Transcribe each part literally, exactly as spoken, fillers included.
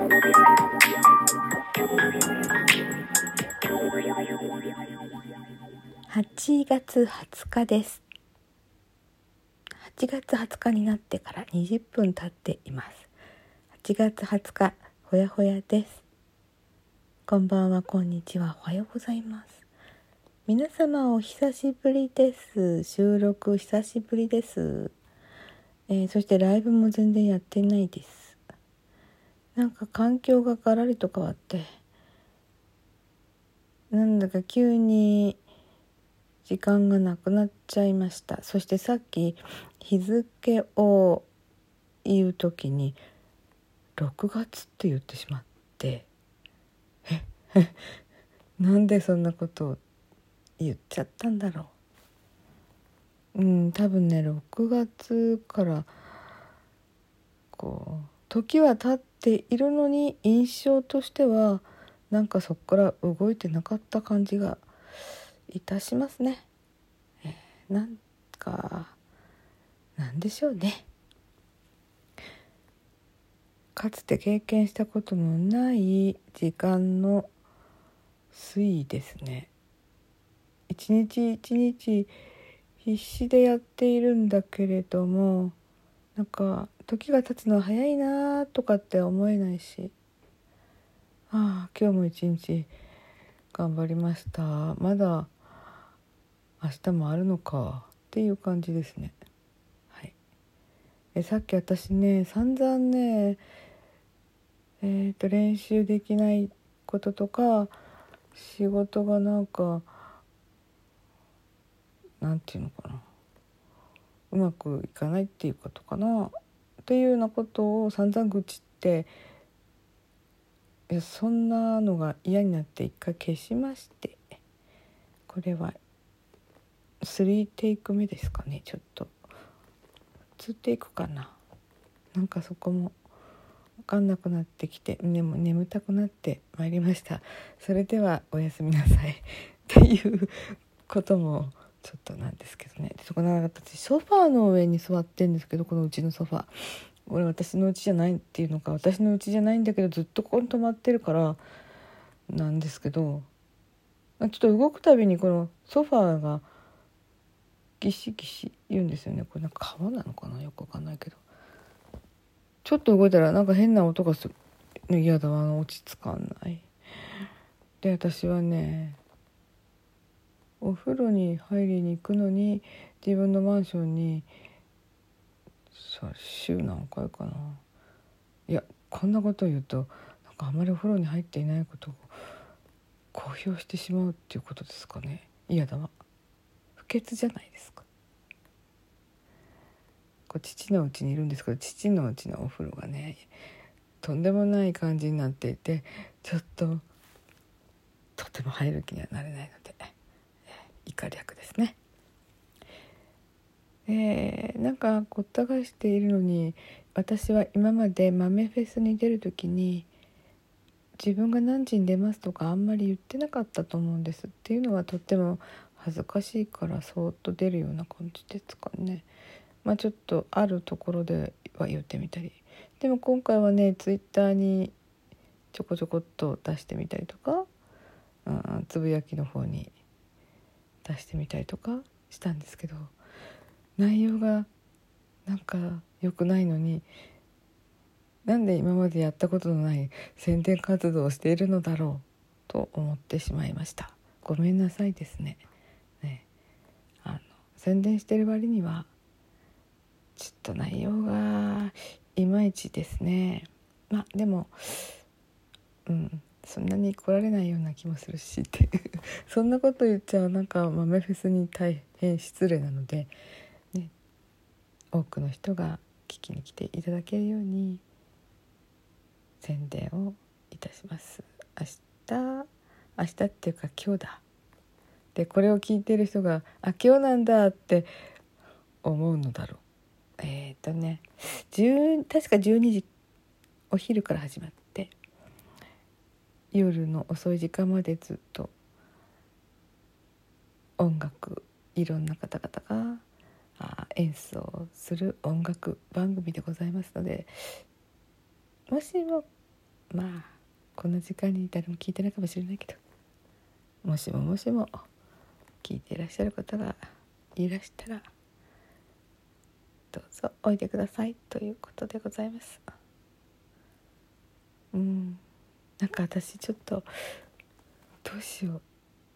はちがつはつかです。はちがつはつかになってからにじゅっぷん経っています。はちがつはつか、ほやほやです。こんばんは、こんにちは、おはようございます。皆様お久しぶりです。収録久しぶりです。えー、そしてライブも全然やってないです。なんか環境がガラリと変わって、なんだか急に時間がなくなっちゃいました。そしてさっき日付を言うときにろくがつって言ってしまって、えなんでそんなことを言っちゃったんだろう。うん多分ねろくがつからこう時は経っているのに印象としてはなんかそこから動いてなかった感じがいたしますね。えー、なんかなんでしょうね。かつて経験したことのない時間の推移ですね。一日一日必死でやっているんだけれども、なんか時が経つのは早いなとかって思えないし、ああ今日も一日頑張りました、まだ明日もあるのかっていう感じですね。はい。えさっき私ね散々ねえーと練習できないこととか仕事がなんかなんていうのかなうまくいかないっていうことかなっていうようなことを散々愚痴って、いやそんなのが嫌になって一回消しまして、これはスリーテイク目ですかね。ちょっとツーテイクかな、なんかそこも分かんなくなってきて、でも眠たくなってまいりました。それではおやすみなさいっていうこともちょっとなんですけどね。でそこなんか私ソファーの上に座ってるんですけど、このうちのソファーこれ私のうちじゃないっていうのか、私のうちじゃないんだけどずっとここに止まってるからなんですけど、ちょっと動くたびにこのソファーがギシギシ言うんですよね。これなんか皮なのかな、よくわかんないけど、ちょっと動いたらなんか変な音がする。嫌だわ、落ち着かないで、私はねお風呂に入りに行くのに自分のマンションにさ週何回かな、いやこんなことを言うとなんかあまりお風呂に入っていないことを公表してしまうっていうことですかね。嫌だわ、不潔じゃないですか。こう父のうちにいるんですけど、父のうちのお風呂がねとんでもない感じになっていて、ちょっととても入る気にはなれないので以下略ですね。えー、なんかごった返しているのに、私は今まで豆フェスに出るときに自分が何時に出ますとかあんまり言ってなかったと思うんです。っていうのはとっても恥ずかしいからそーっと出るような感じですかね。まあちょっとあるところでは言ってみたり、でも今回はねツイッターにちょこちょこっと出してみたりとか、うん、つぶやきの方に出してみたりとかしたんですけど、内容がなんか良くないのに、なんで今までやったことのない宣伝活動をしているのだろうと思ってしまいました。ごめんなさいですね。ね、あの宣伝してる割にはちょっと内容がいまいちですね。まあでもうんそんなに来られないような気もするしってそんなこと言っちゃうなんか豆フェスに大変失礼なので、ね、多くの人が聞きに来ていただけるように宣伝をいたします。明日明日っていうか今日だ。でこれを聞いてる人があ今日なんだって思うのだろう。えっとねじゅう確かじゅうにじお昼から始まって夜の遅い時間までずっと音楽いろんな方々があ演奏する音楽番組でございますので、もしもまあこの時間に誰も聞いてないかもしれないけど、もしももしも聞いていらっしゃる方がいらしたらどうぞおいでくださいということでございます。うんなんか私ちょっとどうしよう、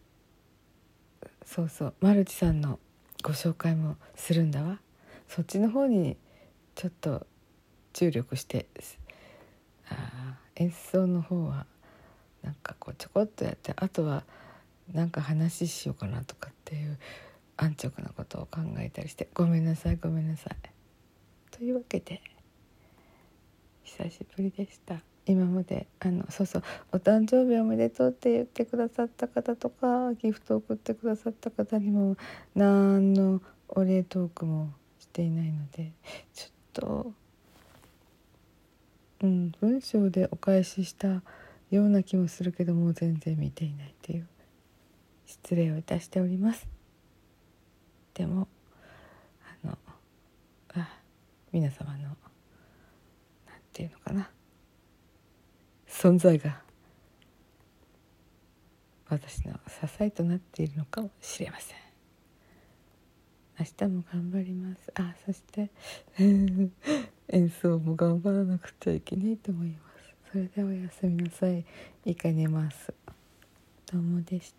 そうそうマルチさんのご紹介もするんだわ。そっちの方にちょっと注力して、あ演奏の方はなんかこうちょこっとやって、あとはなんか話しようかなとかっていう安直なことを考えたりして、ごめんなさいごめんなさい。というわけで久しぶりでした。今まであのそうそうお誕生日おめでとうって言ってくださった方とか、ギフトを送ってくださった方にも何のお礼トークもしていないので、ちょっとうん文章でお返ししたような気もするけども全然見ていないという失礼をいたしております。でもあのあ皆様のなんていうのかな、存在が私の支えとなっているのかもしれません。明日も頑張ります。あ、そして演奏も頑張らなくちゃいけないと思います。それではおやすみなさい。いいか寝ます。どうもでした。